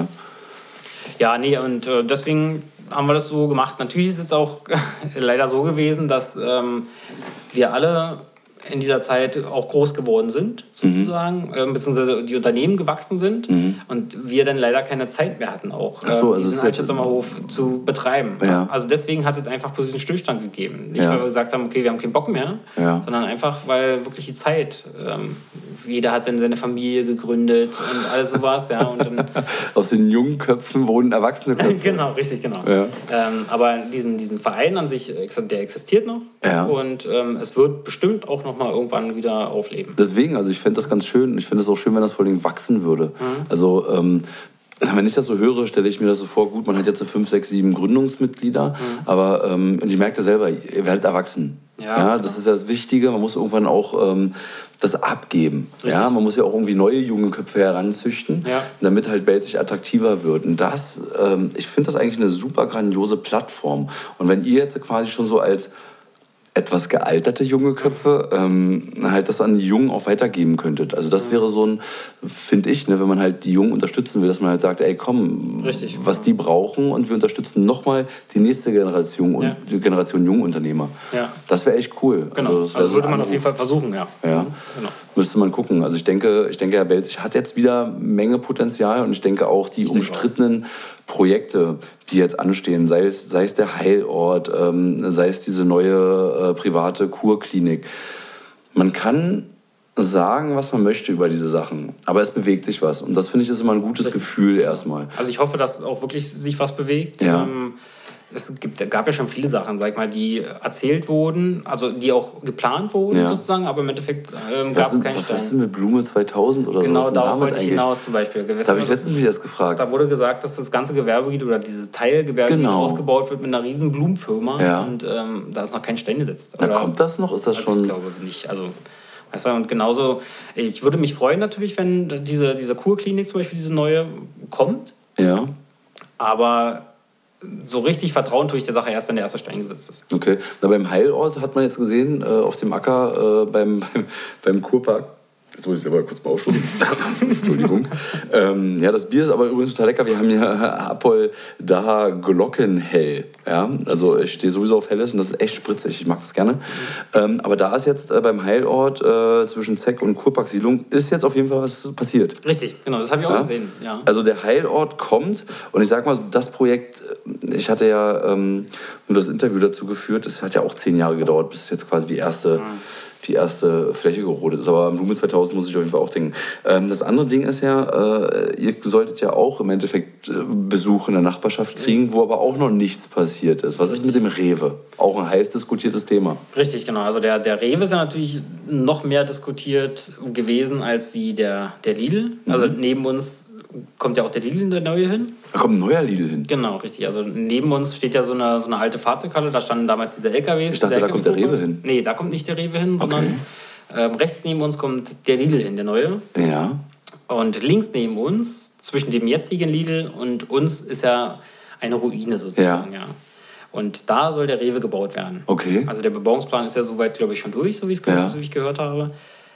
Ja, nee, und deswegen haben wir das so gemacht. Natürlich ist es auch leider so gewesen, dass wir alle in dieser Zeit auch groß geworden sind, sozusagen, beziehungsweise die Unternehmen gewachsen sind und wir dann leider keine Zeit mehr hatten, auch diesen Altstadtsommerhof zu betreiben. Ja. Also deswegen hat es einfach diesen Stillstand gegeben. Nicht, weil wir gesagt haben, okay, wir haben keinen Bock mehr, sondern einfach, weil wirklich die Zeit, jeder hat dann seine Familie gegründet und alles sowas. Ja, und dann aus den jungen Köpfen wurden erwachsene Köpfe. Genau, richtig, genau. Ja. Aber diesen Verein an sich, der existiert noch und es wird bestimmt auch noch mal irgendwann wieder aufleben. Deswegen, also ich fände das ganz schön. Ich finde es auch schön, wenn das vor allem wachsen würde. Also wenn ich das so höre, stelle ich mir das so vor, gut, man hat jetzt so 5, 6, 7 Gründungsmitglieder, aber und ich merke selber, ihr werdet erwachsen. Ja, das ist ja das Wichtige, man muss irgendwann auch das abgeben. Ja, man muss ja auch irgendwie neue junge Köpfe heranzüchten, damit halt Belzig attraktiver wird. Und das, ich finde das eigentlich eine super grandiose Plattform. Und wenn ihr jetzt quasi schon so als etwas gealterte junge Köpfe halt das an die Jungen auch weitergeben könntet. Also das wäre so ein, finde ich, ne, wenn man halt die Jungen unterstützen will, dass man halt sagt, ey komm, was die brauchen und wir unterstützen nochmal die nächste Generation und die Generation Jungunternehmer. Ja. Das wäre echt cool. Genau, also würde man auf jeden Fall versuchen, ja. Genau. Müsste man gucken. Also ich denke, Herr Belzig hat jetzt wieder Menge Potenzial und ich denke auch die umstrittenen Projekte, die jetzt anstehen, sei es der Heilort, sei es diese neue private Kurklinik. Man kann sagen, was man möchte über diese Sachen, aber es bewegt sich was und das finde ich ist immer ein gutes Gefühl erstmal. Also ich hoffe, dass auch wirklich sich was bewegt. Ja. Gab ja schon viele Sachen, sag ich mal, die erzählt wurden, also die auch geplant wurden sozusagen, aber im Endeffekt gab es keinen Stein. Was ist denn mit Blume 2000 oder so? Genau, darauf wollte ich hinaus zum Beispiel. Da habe ich letztens mich erst gefragt. Da wurde gesagt, dass das ganze Gewerbegebiet oder diese Teilgewerbegebiet ausgebaut wird mit einer riesen Blumenfirma und da ist noch kein Stein gesetzt. Da kommt das noch? Ist das schon? Ich glaube nicht. Also, weißt du, und genauso, ich würde mich freuen natürlich, wenn diese Kurklinik zum Beispiel, diese neue, kommt. Ja. Aber so richtig vertrauen tue ich der Sache erst, wenn der erste Stein gesetzt ist. Okay. Na, beim Heilort hat man jetzt gesehen, auf dem Acker beim Kurpark. Jetzt muss ich es aber kurz mal aufstoßen. Entschuldigung. Ja, das Bier ist aber übrigens total lecker. Wir haben hier Apol da Glockenhell. Ja, also ich stehe sowieso auf Helles und das ist echt spritzig. Ich mag das gerne. Aber da ist jetzt beim Heilort zwischen Zeck und Kurparksiedlung ist jetzt auf jeden Fall was passiert. Richtig, genau. Das habe ich auch gesehen. Ja. Also der Heilort kommt und ich sag mal, das Projekt, ich hatte ja nur das Interview dazu geführt, es hat ja auch 10 Jahre gedauert, bis jetzt quasi die erste Fläche gerodet ist. Aber am Blume 2000 muss ich auf jeden Fall auch denken. Das andere Ding ist ja, ihr solltet ja auch im Endeffekt Besuch in der Nachbarschaft kriegen, wo aber auch noch nichts passiert ist. Was ist mit dem Rewe? Auch ein heiß diskutiertes Thema. Richtig, genau. Also der Rewe ist ja natürlich noch mehr diskutiert gewesen als wie der Lidl. Also neben uns kommt ja auch der Lidl, der neue hin. Da kommt ein neuer Lidl hin? Genau, richtig. Also neben uns steht ja so eine alte Fahrzeughalle, da standen damals diese LKWs. Ich dachte, da kommt der Rewe hin. Nee, da kommt nicht der Rewe hin, sondern rechts neben uns kommt der Lidl hin, der neue. Ja. Und links neben uns, zwischen dem jetzigen Lidl und uns, ist ja eine Ruine sozusagen. Ja. Und da soll der Rewe gebaut werden. Okay. Also der Bebauungsplan ist ja soweit, glaube ich, schon durch, so wie ich gehört habe.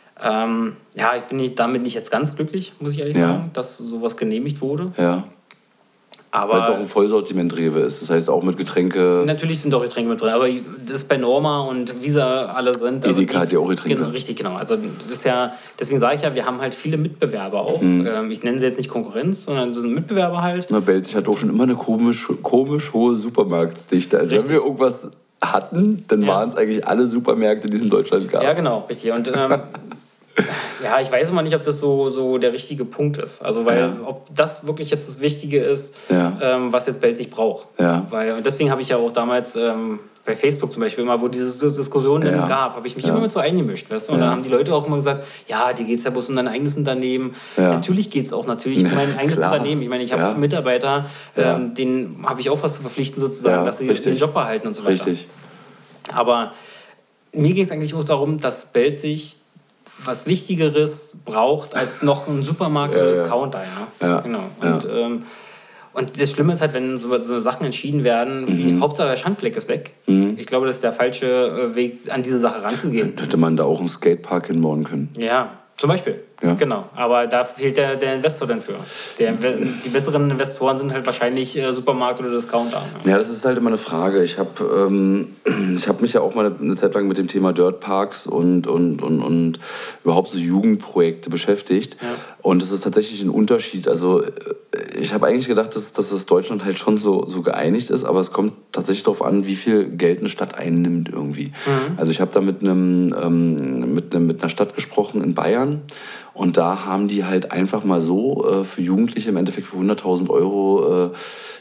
Ich bin damit nicht jetzt ganz glücklich, muss ich ehrlich sagen, dass sowas genehmigt wurde. Ja. Weil es auch ein Vollsortiment-Rewe ist, das heißt auch mit Getränke. Natürlich sind auch Getränke mit drin, aber das ist bei Norma und Visa alle sind. Edeka hat ja auch Getränke. Richtig, genau. Also das ist ja, deswegen sage ich ja, wir haben halt viele Mitbewerber auch. Ich nenne sie jetzt nicht Konkurrenz, sondern so sind Mitbewerber halt. Na, Belzig hat auch schon immer eine komisch hohe Supermarktdichte. Also wenn wir irgendwas hatten, dann waren es eigentlich alle Supermärkte, die es in Deutschland gab. Ja, genau, richtig. Und ich weiß immer nicht, ob das so der richtige Punkt ist. Also, weil ob das wirklich jetzt das Wichtige ist, was jetzt Belzig braucht. Ja. Und deswegen habe ich ja auch damals bei Facebook zum Beispiel immer, wo diese Diskussionen gab, habe ich mich immer mit so eingemischt. Weißt du? Und dann haben die Leute auch immer gesagt, ja, dir geht es ja bloß um dein eigenes Unternehmen. Ja. Natürlich geht es auch um mein eigenes Unternehmen. Ich meine, ich habe auch Mitarbeiter, denen habe ich auch was zu verpflichten sozusagen, dass sie den Job behalten und so weiter. Richtig. Aber mir ging es eigentlich auch darum, dass Belzig was Wichtigeres braucht als noch ein Supermarkt oder Discounter. Ja? Genau. Und das Schlimme ist halt, wenn so Sachen entschieden werden, wie Hauptsache der Schandfleck ist weg. Ich glaube, das ist der falsche Weg, an diese Sache ranzugehen. Hätte man da auch einen Skatepark hinbauen können. Ja, zum Beispiel. Ja. Genau. Aber da fehlt der Investor dann für. Die besseren Investoren sind halt wahrscheinlich Supermarkt oder Discounter. Ja, das ist halt immer eine Frage. Ich hab mich ja auch mal eine Zeit lang mit dem Thema Dirtparks und überhaupt so Jugendprojekte beschäftigt. Ja. Und es ist tatsächlich ein Unterschied. Also ich habe eigentlich gedacht, dass das Deutschland halt schon so geeinigt ist, aber es kommt tatsächlich darauf an, wie viel Geld eine Stadt einnimmt irgendwie. Also ich habe da mit einer Stadt gesprochen in Bayern. Und da haben die halt einfach mal so für Jugendliche im Endeffekt für 100.000 Euro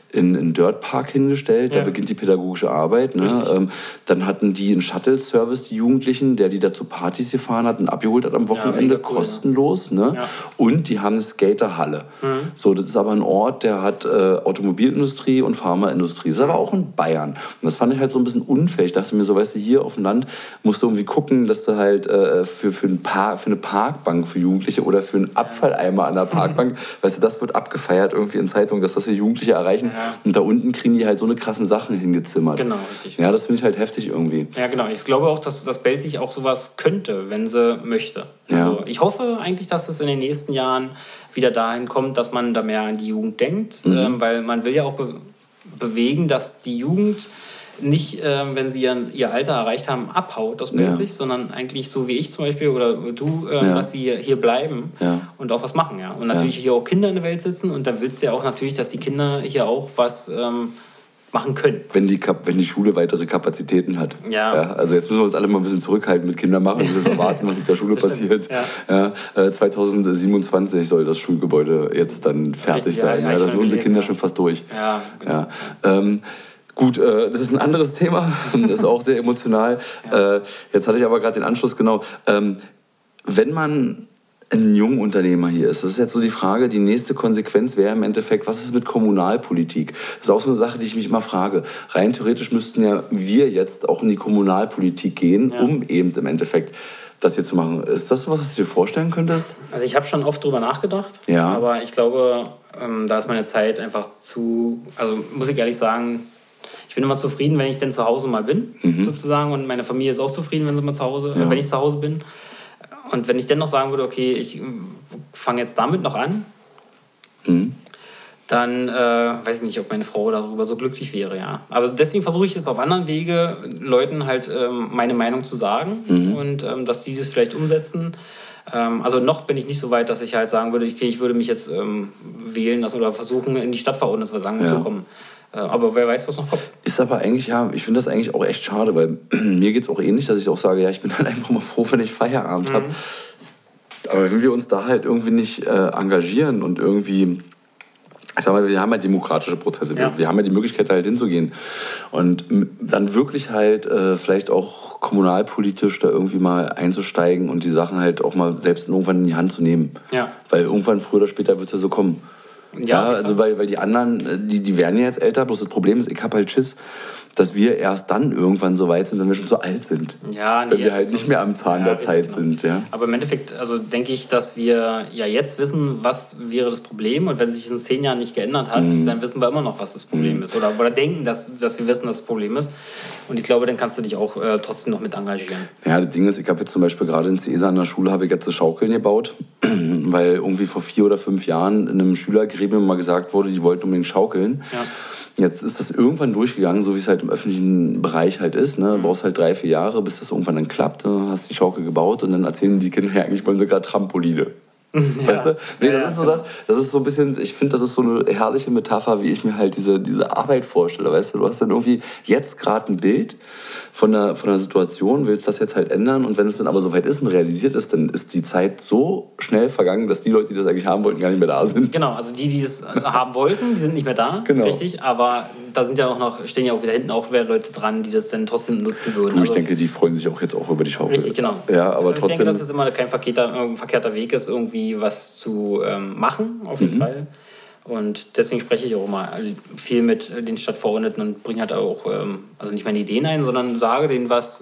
in einen Dirtpark hingestellt, da beginnt die pädagogische Arbeit. Ne? Dann hatten die einen Shuttle-Service, die Jugendlichen, der die dazu Partys gefahren hat und abgeholt hat am Wochenende, cool, kostenlos. Ne? Ja. Und die haben eine Skaterhalle. So, das ist aber ein Ort, der hat Automobilindustrie und Pharmaindustrie. Das ist aber auch in Bayern. Und das fand ich halt so ein bisschen unfair. Ich dachte mir so, weißt du, hier auf dem Land musst du irgendwie gucken, dass du halt für eine Parkbank für Jugendliche oder für einen Abfalleimer an der Parkbank, weißt du, das wird abgefeiert irgendwie in Zeitungen, dass das die Jugendliche erreichen. Ja. Und da unten kriegen die halt so eine krassen Sachen hingezimmert. Genau, richtig. Ja, das finde ich halt heftig irgendwie. Ja, genau. Ich glaube auch, dass das Belzig auch sowas könnte, wenn sie möchte. Ja. Also ich hoffe eigentlich, dass es in den nächsten Jahren wieder dahin kommt, dass man da mehr an die Jugend denkt, weil man will ja auch bewegen, dass die Jugend nicht, wenn sie ihr Alter erreicht haben, abhaut aus Belzig, sondern eigentlich so wie ich zum Beispiel oder du, dass wir hier bleiben und auch was machen. Ja? Und natürlich hier auch Kinder in der Welt sitzen und dann willst du ja auch natürlich, dass die Kinder hier auch was machen können. Wenn die Schule weitere Kapazitäten hat. Ja. Also jetzt müssen wir uns alle mal ein bisschen zurückhalten mit Kinder machen und wir warten, was mit der Schule passiert. Ja. 2027 soll das Schulgebäude jetzt dann fertig sein. Da sind unsere Kinder schon fast durch. Ja, genau. Gut, das ist ein anderes Thema und ist auch sehr emotional. Jetzt hatte ich aber gerade den Anschluss, genau. Wenn man ein Jungunternehmer hier ist, das ist jetzt so die Frage, die nächste Konsequenz wäre im Endeffekt, was ist mit Kommunalpolitik? Das ist auch so eine Sache, die ich mich immer frage. Rein theoretisch müssten ja wir jetzt auch in die Kommunalpolitik gehen, um eben im Endeffekt das hier zu machen. Ist das was du dir vorstellen könntest? Also ich habe schon oft drüber nachgedacht, ja. Aber ich glaube, da ist meine Zeit einfach also muss ich ehrlich sagen, ich bin immer zufrieden, wenn ich denn zu Hause mal bin, sozusagen. Und meine Familie ist auch zufrieden, wenn wenn ich zu Hause bin. Und wenn ich dann noch sagen würde, okay, ich fange jetzt damit noch an, dann weiß ich nicht, ob meine Frau darüber so glücklich wäre, ja. Aber deswegen versuche ich es auf anderen Wege, Leuten halt meine Meinung zu sagen und dass die das vielleicht umsetzen. Also noch bin ich nicht so weit, dass ich halt sagen würde, okay, ich würde mich jetzt wählen lassen oder versuchen, in die Stadtverordnetenversammlung zu kommen. Aber wer weiß, was noch kommt. Ist aber eigentlich, ich finde das eigentlich auch echt schade, weil mir geht es auch ähnlich, dass ich auch sage, ja, ich bin dann einfach mal froh, wenn ich Feierabend habe. Aber wenn wir uns da halt irgendwie nicht engagieren und irgendwie, ich sag mal, wir haben ja demokratische Prozesse, wir haben ja die Möglichkeit, da halt hinzugehen und dann wirklich halt vielleicht auch kommunalpolitisch da irgendwie mal einzusteigen und die Sachen halt auch mal selbst irgendwann in die Hand zu nehmen. Ja. Weil irgendwann früher oder später wird es ja so kommen. Ja, also weil die anderen, die werden ja jetzt älter, bloß das Problem ist, ich habe halt Schiss, dass wir erst dann irgendwann so weit sind, wenn wir schon so alt sind. Ja, wenn wir halt nicht mehr am Zahn der Zeit sind. Ja. Aber im Endeffekt, also denke ich, dass wir ja jetzt wissen, was wäre das Problem und wenn sich in 10 Jahren nicht geändert hat, dann wissen wir immer noch, was das Problem ist. Oder denken, dass wir wissen, dass das Problem ist. Und ich glaube, dann kannst du dich auch trotzdem noch mit engagieren. Ja, das Ding ist, ich habe jetzt zum Beispiel gerade in CESA an der Schule habe ich jetzt Schaukeln gebaut, weil irgendwie vor 4 oder 5 Jahren in einem Schülergremium mal gesagt wurde, die wollten unbedingt schaukeln. Ja. Jetzt ist das irgendwann durchgegangen, so wie es halt im öffentlichen Bereich halt ist. Ne? Du brauchst halt 3-4 Jahre, bis das irgendwann dann klappt. Dann hast du die Schaukel gebaut und dann erzählen die Kinder, ja, eigentlich wollen sie gerade Trampoline. Weißt du? Nee, das ist so ein bisschen, ich finde, das ist so eine herrliche Metapher, wie ich mir halt diese Arbeit vorstelle. Weißt du, du hast dann irgendwie jetzt gerade ein Bild von der Situation, willst das jetzt halt ändern und wenn es dann aber soweit ist und realisiert ist, dann ist die Zeit so schnell vergangen, dass die Leute, die das eigentlich haben wollten, gar nicht mehr da sind. Genau, also die es haben wollten, die sind nicht mehr da, richtig, aber da sind ja auch noch, stehen ja auch wieder hinten auch wieder Leute dran, die das dann trotzdem nutzen würden. Ich denke, die freuen sich auch jetzt auch über die Schaukel. Richtig, genau. Ja, aber trotzdem, ich denke, dass es immer kein verkehrter Weg ist, irgendwie was zu machen, auf jeden Fall. Und deswegen spreche ich auch immer viel mit den Stadtverordneten und bringe halt auch, also nicht meine Ideen ein, sondern sage denen, was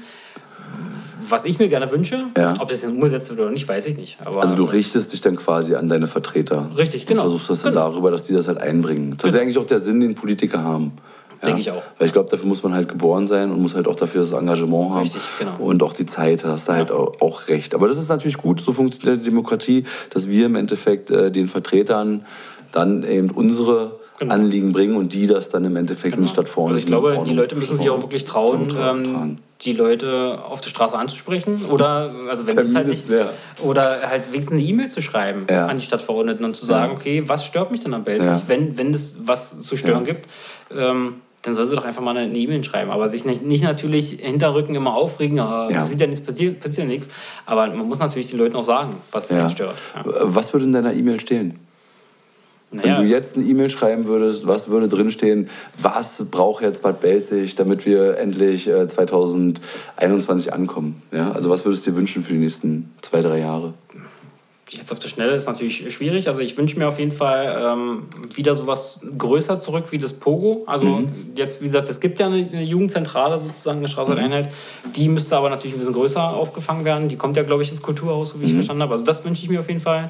ich mir gerne wünsche. Ja. Ob das dann umgesetzt wird oder nicht, weiß ich nicht. Aber also du richtest dich dann quasi an deine Vertreter. Richtig, genau. Und versuchst das dann darüber, dass die das halt einbringen. Das ist ja eigentlich auch der Sinn, den Politiker haben. Ja? Denke ich auch. Weil ich glaube, dafür muss man halt geboren sein und muss halt auch dafür das Engagement haben. Richtig, genau. Und auch die Zeit, da hast du halt auch recht. Aber das ist natürlich gut, so funktioniert die Demokratie, dass wir im Endeffekt den Vertretern dann eben unsere Anliegen bringen und die das dann im Endeffekt in die Stadtverordneten. Also ich glaube, die Leute müssen sich auch wirklich trauen, die Leute auf der Straße anzusprechen oder, also wenn es halt nicht, oder halt wenigstens eine E-Mail zu schreiben an die Stadtverordneten und zu sagen, okay, was stört mich denn am Belzig, wenn es was zu stören gibt, dann sollen sie doch einfach mal eine E-Mail schreiben, aber sich nicht natürlich hinterrücken immer aufregen, sieht ja nichts, passiert ja nichts, aber man muss natürlich den Leuten auch sagen, was sie stört. Ja. Was würde in deiner E-Mail stehen? Wenn du jetzt eine E-Mail schreiben würdest, was würde drinstehen, was braucht jetzt Bad Belzig, damit wir endlich 2021 ankommen? Ja? Also was würdest du dir wünschen für die nächsten 2-3 Jahre? Jetzt auf der Schnelle ist natürlich schwierig. Also ich wünsche mir auf jeden Fall wieder sowas größer zurück wie das Pogo. Also jetzt, wie gesagt, es gibt ja eine Jugendzentrale sozusagen, eine Straßeneinheit. Die müsste aber natürlich ein bisschen größer aufgefangen werden. Die kommt ja, glaube ich, ins Kulturhaus, so wie ich verstanden habe. Also das wünsche ich mir auf jeden Fall.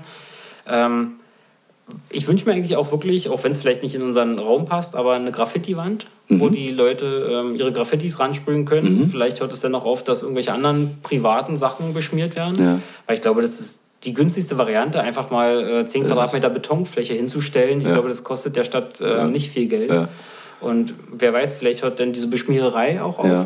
Ich wünsche mir eigentlich auch wirklich, auch wenn es vielleicht nicht in unseren Raum passt, aber eine Graffiti-Wand, wo die Leute ihre Graffitis ransprühen können. Vielleicht hört es dann auch auf, dass irgendwelche anderen privaten Sachen beschmiert werden. Ja. Weil ich glaube, das ist die günstigste Variante, einfach mal 10 Quadratmeter Betonfläche hinzustellen. Ich glaube, das kostet der Stadt nicht viel Geld. Ja. Und wer weiß, vielleicht hört dann diese Beschmiererei auch auf.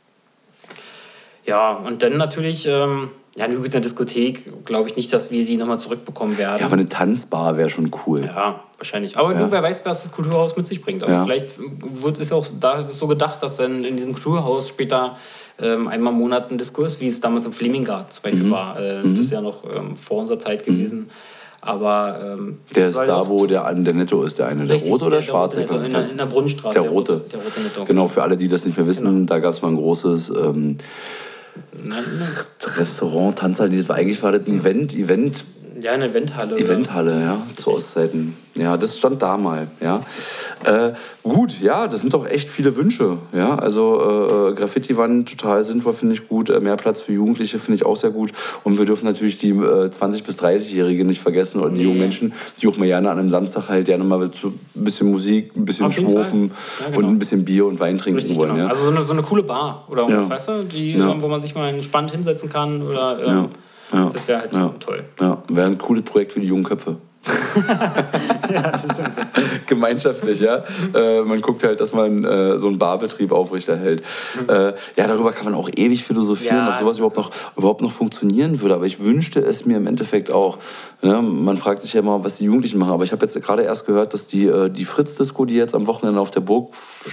Ja, und dann natürlich, mit einer Diskothek glaube ich nicht, dass wir die nochmal zurückbekommen werden. Ja, aber eine Tanzbar wäre schon cool. Ja, wahrscheinlich. Aber wer weiß, was das Kulturhaus mit sich bringt. Also vielleicht ist auch da ist so gedacht, dass dann in diesem Kulturhaus später einmal im Monat ein Diskurs, wie es damals im Fleminggarten zum Beispiel war. Das ist ja noch vor unserer Zeit gewesen. Aber der ist da, wo der Netto ist, der eine. Richtig, der rote oder der schwarze? In der Brunnenstraße. Der rote. Netto. Genau, für alle, die das nicht mehr wissen, da gab es mal ein großes Restaurant, Tanzhalle. Eigentlich war das ein Event. Ja, eine Eventhalle. Eventhalle, ja, zu Ostzeiten. Ja, das stand da mal, ja. Gut, ja, das sind doch echt viele Wünsche, ja. Also Graffiti-Wand, total sinnvoll, finde ich gut. Mehr Platz für Jugendliche finde ich auch sehr gut. Und wir dürfen natürlich die 20- bis 30-Jährigen nicht vergessen oder die jungen Menschen, die auch mal gerne an einem Samstag halt gerne mal so ein bisschen Musik, ein bisschen schwufen und ein bisschen Bier und Wein trinken wollen. Genau. Ja? Also so eine coole Bar oder weißt du, wo man sich mal entspannt hinsetzen kann oder... Das wäre halt toll. Ja, wäre ein cooles Projekt für die jungen Köpfe. Ja, das stimmt. Gemeinschaftlich, ja. Man guckt halt, dass man so einen Barbetrieb aufrechterhält. Darüber kann man auch ewig philosophieren, ob sowas überhaupt noch funktionieren würde. Aber ich wünschte es mir im Endeffekt auch. Ja, man fragt sich ja immer, was die Jugendlichen machen. Aber ich habe jetzt gerade erst gehört, dass die Fritz-Disco, die jetzt am Wochenende auf der Burg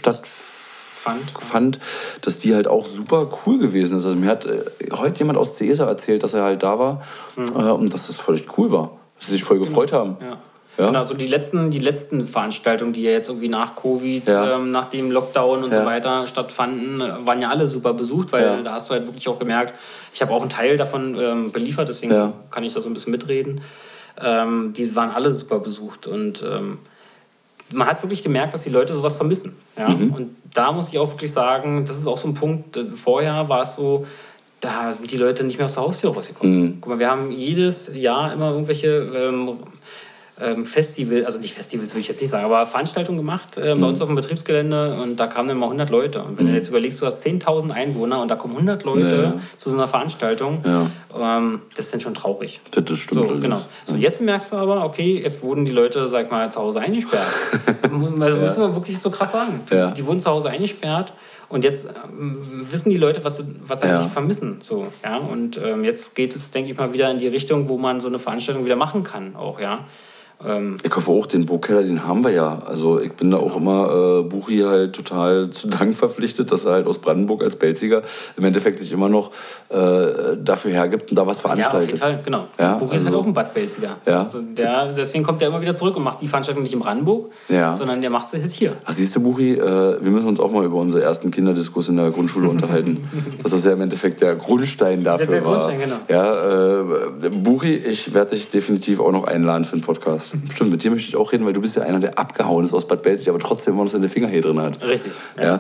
fand, dass die halt auch super cool gewesen ist. Also mir hat heute jemand aus CESA erzählt, dass er halt da war und dass das völlig cool war. Dass sie sich voll gefreut haben. Ja. Genau, also die letzten Veranstaltungen, die ja jetzt irgendwie nach Covid, nach dem Lockdown und so weiter stattfanden, waren ja alle super besucht, weil da hast du halt wirklich auch gemerkt, ich habe auch einen Teil davon beliefert, deswegen kann ich da so ein bisschen mitreden. Die waren alle super besucht und man hat wirklich gemerkt, dass die Leute sowas vermissen. Ja? Und da muss ich auch wirklich sagen, das ist auch so ein Punkt, vorher war es so, da sind die Leute nicht mehr aus der Haustür rausgekommen. Guck mal, wir haben jedes Jahr immer irgendwelche Festivals, also nicht Festivals will ich jetzt nicht sagen, aber Veranstaltungen gemacht bei uns auf dem Betriebsgelände und da kamen dann mal 100 Leute. Und wenn du jetzt überlegst, du hast 10.000 Einwohner und da kommen 100 Leute zu so einer Veranstaltung, das ist dann schon traurig. Das stimmt. So, genau. So, jetzt merkst du aber, okay, jetzt wurden die Leute, sag mal, zu Hause eingesperrt. Also müssen wir wirklich so krass sagen. Die wurden zu Hause eingesperrt. Und jetzt wissen die Leute, was sie eigentlich vermissen. So, ja? Und jetzt geht es, denke ich mal, wieder in die Richtung, wo man so eine Veranstaltung wieder machen kann. Auch, ja? Ich hoffe auch, den Burgkeller, den haben wir ja. Also ich bin da auch immer Buchi halt total zu Dank verpflichtet, dass er halt aus Brandenburg als Belziger im Endeffekt sich immer noch dafür hergibt und da was veranstaltet. Ja, auf jeden Fall, genau. Ja, Buchi ist halt auch ein Bad Belziger. Ja. Also deswegen kommt er immer wieder zurück und macht die Veranstaltung nicht in Brandenburg, sondern der macht sie jetzt hier. Ach, siehst du, Buchi, wir müssen uns auch mal über unsere ersten Kinderdiskurs in der Grundschule unterhalten. Dass das ja im Endeffekt der Grundstein dafür war. Der Grundstein, genau. Ja, Buchi, ich werde dich definitiv auch noch einladen für einen Podcast. Stimmt, mit dir möchte ich auch reden, weil du bist ja einer, der abgehauen ist aus Bad Belzig, aber trotzdem immer noch seine Finger hier drin hat. Richtig. Ja.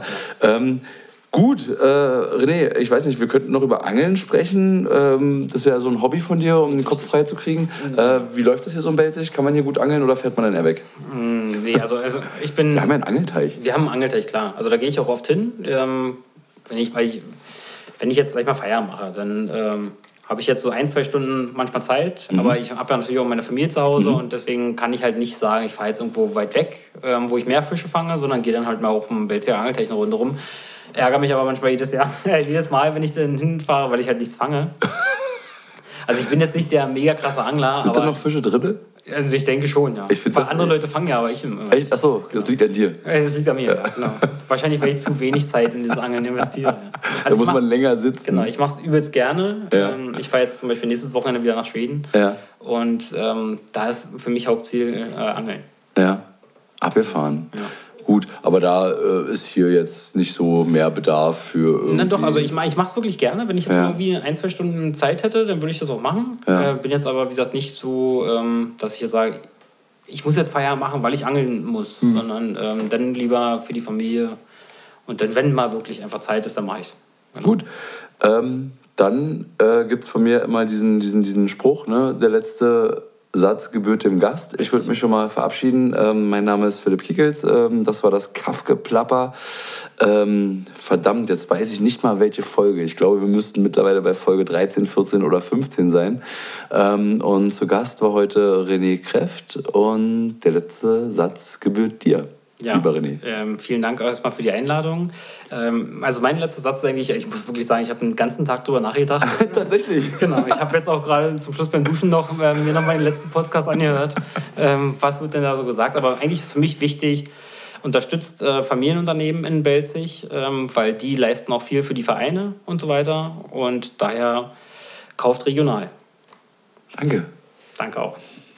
Gut, René, ich weiß nicht, wir könnten noch über Angeln sprechen. Das ist ja so ein Hobby von dir, um den Kopf frei zu kriegen. Wie läuft das hier so in Belzig? Kann man hier gut angeln oder fährt man dann eher weg? Nee, also ich bin... Wir haben ja einen Angelteich. Wir haben einen Angelteich, klar. Also da gehe ich auch oft hin. Wenn ich jetzt, sag ich mal, Feierabend mache, dann... habe ich jetzt so 1-2 Stunden manchmal Zeit, aber ich habe ja natürlich auch meine Familie zu Hause und deswegen kann ich halt nicht sagen, ich fahre jetzt irgendwo weit weg, wo ich mehr Fische fange, sondern gehe dann halt mal auf dem Belziger Angelteich eine Runde rum. Ärgere mich aber manchmal jedes Mal, wenn ich dann hinfahre, weil ich halt nichts fange. Also ich bin jetzt nicht der mega krasse Angler. Sind da noch Fische drin? Also ich denke schon, ja. Weil andere Leute fangen ja, aber ich immer. Echt? Achso, das liegt an dir. Das liegt an mir, ja, genau. Wahrscheinlich, weil ich zu wenig Zeit in dieses Angeln investiere. Ja. Also da muss man länger sitzen. Genau, ich mache es übelst gerne. Ja. Ich fahre jetzt zum Beispiel nächstes Wochenende wieder nach Schweden. Ja. Und da ist für mich Hauptziel Angeln. Ja, abgefahren. Ja. Gut, aber da ist hier jetzt nicht so mehr Bedarf für irgendwie... Na doch, also ich mache es wirklich gerne. Wenn ich jetzt irgendwie 1-2 Stunden Zeit hätte, dann würde ich das auch machen. Ja. Bin jetzt aber, wie gesagt, nicht so, dass ich jetzt sage, ich muss jetzt Feierabend machen, weil ich angeln muss, sondern dann lieber für die Familie. Und dann, wenn mal wirklich einfach Zeit ist, dann mache ich es. Genau. Gut, dann gibt es von mir immer diesen Spruch, ne? Der letzte Satz gebührt dem Gast. Ich würde mich schon mal verabschieden. Mein Name ist Philipp Kickels. Das war das Kaffgeplapper. Verdammt, jetzt weiß ich nicht mal, welche Folge. Ich glaube, wir müssten mittlerweile bei Folge 13, 14 oder 15 sein. Und zu Gast war heute René Kreft. Und der letzte Satz gebührt dir. Ja, lieber René. Vielen Dank erstmal für die Einladung. Also mein letzter Satz ist eigentlich, ich muss wirklich sagen, ich habe den ganzen Tag drüber nachgedacht. Tatsächlich? Genau, ich habe jetzt auch gerade zum Schluss beim Duschen noch mir noch meinen letzten Podcast angehört. Was wird denn da so gesagt? Aber eigentlich ist für mich wichtig, unterstützt Familienunternehmen in Belzig, weil die leisten auch viel für die Vereine und so weiter. Und daher kauft regional. Danke. Danke auch.